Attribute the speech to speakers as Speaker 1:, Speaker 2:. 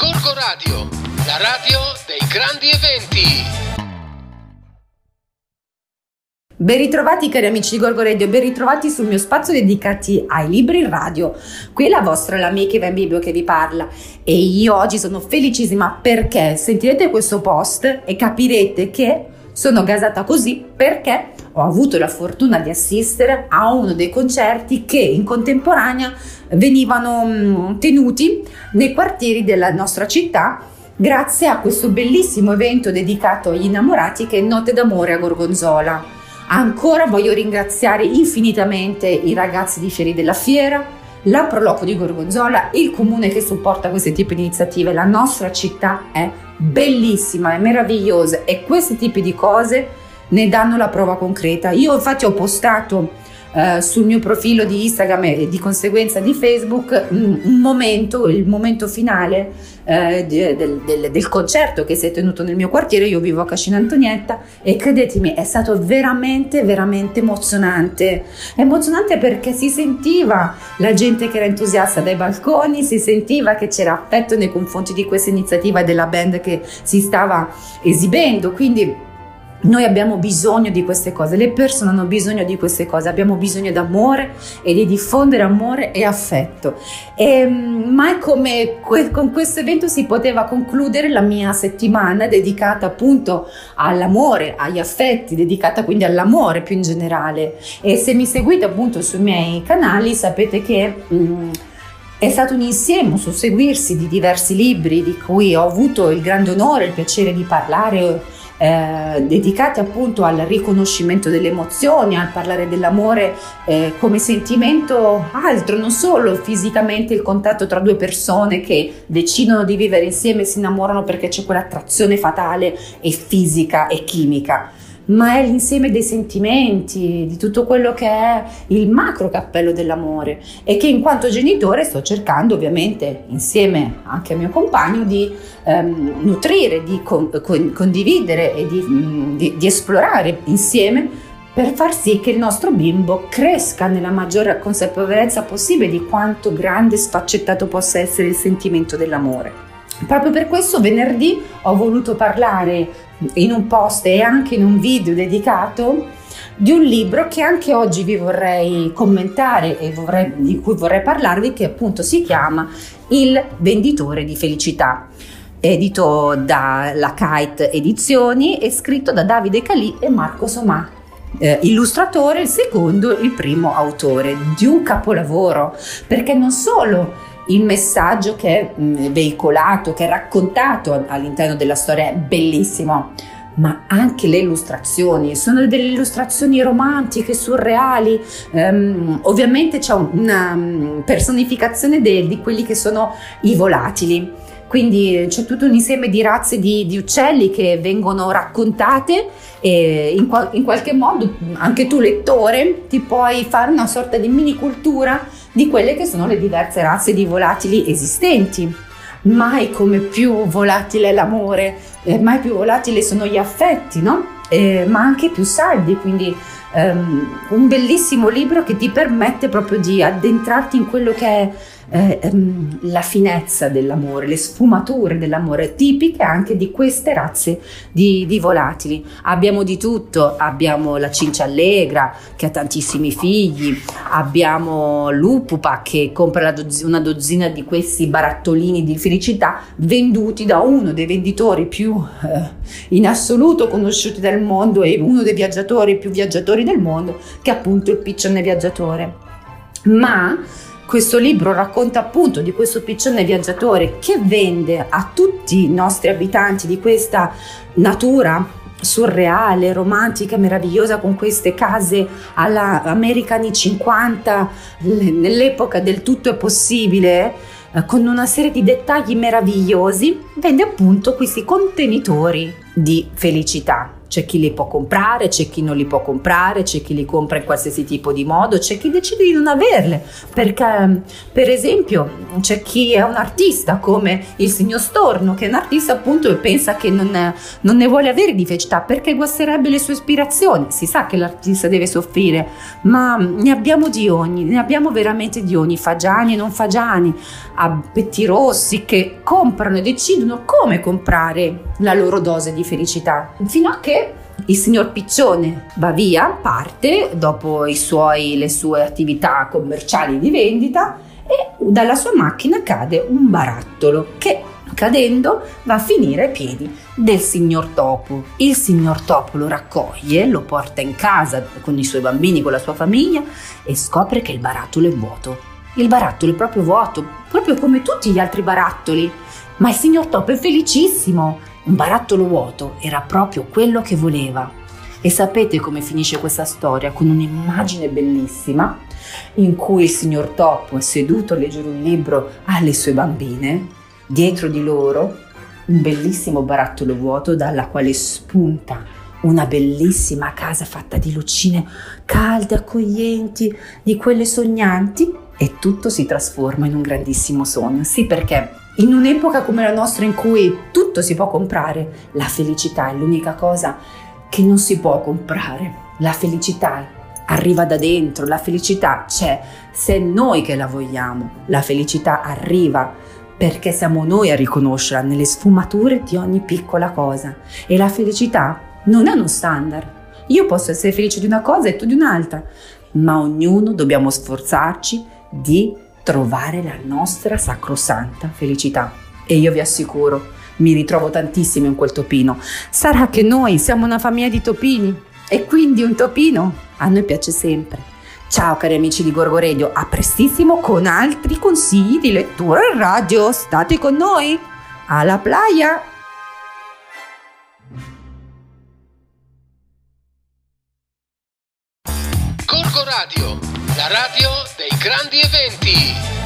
Speaker 1: Gorgo Radio, la radio dei grandi eventi.
Speaker 2: Ben ritrovati cari amici di Gorgo Radio, ben ritrovati sul mio spazio dedicati ai libri in radio. Qui è la vostra, l'amica Ivan Bibbio che vi parla e io oggi sono felicissima perché sentirete questo post e capirete che sono gasata così perché ho avuto la fortuna di assistere a uno dei concerti che in contemporanea venivano tenuti nei quartieri della nostra città grazie a questo bellissimo evento dedicato agli innamorati che è Notte d'amore a Gorgonzola. Ancora voglio ringraziare infinitamente i ragazzi di Fieri della Fiera, la Proloco di Gorgonzola, il comune che supporta questi tipi di iniziative. La nostra città è bellissima, è meravigliosa e questi tipi di cose ne danno la prova concreta. Io infatti ho postato sul mio profilo di Instagram e di conseguenza di Facebook un momento, il momento finale del concerto che si è tenuto nel mio quartiere. Io vivo a Cascina Antonietta e credetemi è stato veramente emozionante perché si sentiva la gente che era entusiasta dai balconi, si sentiva che c'era affetto nei confronti di questa iniziativa della band che si stava esibendo, quindi noi abbiamo bisogno di queste cose, le persone hanno bisogno di queste cose, abbiamo bisogno d'amore e di diffondere amore e affetto. Ma è come con questo evento si poteva concludere la mia settimana dedicata appunto all'amore, agli affetti, dedicata quindi all'amore più in generale. E se mi seguite appunto sui miei canali sapete che è stato un insieme, un susseguirsi di diversi libri di cui ho avuto il grande onore e il piacere di parlare, dedicati appunto al riconoscimento delle emozioni, al parlare dell'amore come sentimento altro, non solo fisicamente il contatto tra due persone che decidono di vivere insieme e si innamorano perché c'è quell'attrazione fatale e fisica e chimica, ma è l'insieme dei sentimenti, di tutto quello che è il macro cappello dell'amore e che in quanto genitore sto cercando ovviamente insieme anche al mio compagno di nutrire, di condividere e di esplorare insieme per far sì che il nostro bimbo cresca nella maggiore consapevolezza possibile di quanto grande e sfaccettato possa essere il sentimento dell'amore. Proprio per questo venerdì ho voluto parlare in un post e anche in un video dedicato di un libro che anche oggi vi vorrei commentare e di cui vorrei parlarvi, che appunto si chiama Il venditore di felicità, edito dalla Kite Edizioni e scritto da Davide Calì e Marco Somà. Illustratore, il primo autore di un capolavoro, perché non solo il messaggio che è veicolato, che è raccontato all'interno della storia è bellissimo, ma anche le illustrazioni sono delle illustrazioni romantiche, surreali. Ovviamente c'è una personificazione di quelli che sono i volatili. Quindi c'è tutto un insieme di razze di uccelli che vengono raccontate e in qualche modo anche tu lettore ti puoi fare una sorta di mini cultura di quelle che sono le diverse razze di volatili esistenti. Mai come più volatile è l'amore, mai più volatili sono gli affetti, no? Ma anche più saldi, quindi un bellissimo libro che ti permette proprio di addentrarti in quello che è la finezza dell'amore, le sfumature dell'amore tipiche anche di queste razze di volatili. Abbiamo di tutto, abbiamo la cincia allegra che ha tantissimi figli, abbiamo l'upupa che compra una dozzina di questi barattolini di felicità venduti da uno dei venditori più in assoluto conosciuti del mondo e uno dei viaggiatori più viaggiatori del mondo, che è appunto il piccione viaggiatore. Ma questo libro racconta appunto di questo piccione viaggiatore che vende a tutti i nostri abitanti di questa natura surreale, romantica, meravigliosa, con queste case alla American 50, nell'epoca del tutto è possibile, con una serie di dettagli meravigliosi, vende appunto questi contenitori di felicità. C'è chi li può comprare, c'è chi non li può comprare, c'è chi li compra in qualsiasi tipo di modo, c'è chi decide di non averle, perché per esempio c'è chi è un artista come il signor Storno, che è un artista appunto e pensa che non ne vuole avere di felicità perché guasterebbe le sue ispirazioni. Si sa che l'artista deve soffrire, ma ne abbiamo di ogni, ne abbiamo veramente di ogni, fagiani e non fagiani, a pettirossi che comprano e decidono come comprare la loro dose di felicità, fino a che il signor Piccione va via, parte dopo le sue attività commerciali di vendita e dalla sua macchina cade un barattolo che, cadendo, va a finire ai piedi del signor Topo. Il signor Topo lo raccoglie, lo porta in casa con i suoi bambini, con la sua famiglia, e scopre che il barattolo è vuoto. Il barattolo è proprio vuoto, proprio come tutti gli altri barattoli. Ma il signor Topo è felicissimo. Un barattolo vuoto era proprio quello che voleva. E sapete come finisce questa storia? Con un'immagine bellissima in cui il signor Topo è seduto a leggere un libro alle sue bambine, dietro di loro un bellissimo barattolo vuoto dalla quale spunta una bellissima casa fatta di lucine calde, accoglienti, di quelle sognanti, e tutto si trasforma in un grandissimo sogno. Sì, perché in un'epoca come la nostra in cui tutto si può comprare, la felicità è l'unica cosa che non si può comprare. La felicità arriva da dentro, la felicità c'è se è noi che la vogliamo. La felicità arriva perché siamo noi a riconoscerla nelle sfumature di ogni piccola cosa. E la felicità non è uno standard. Io posso essere felice di una cosa e tu di un'altra, ma ognuno dobbiamo sforzarci di trovare la nostra sacrosanta felicità. E io vi assicuro, mi ritrovo tantissimo in quel topino. Sarà che noi siamo una famiglia di topini e quindi un topino a noi piace sempre. Ciao cari amici di Gorgo Radio, a prestissimo con altri consigli di lettura in radio. State con noi, alla playa!
Speaker 1: Gorgo Radio, la radio dei grandi eventi.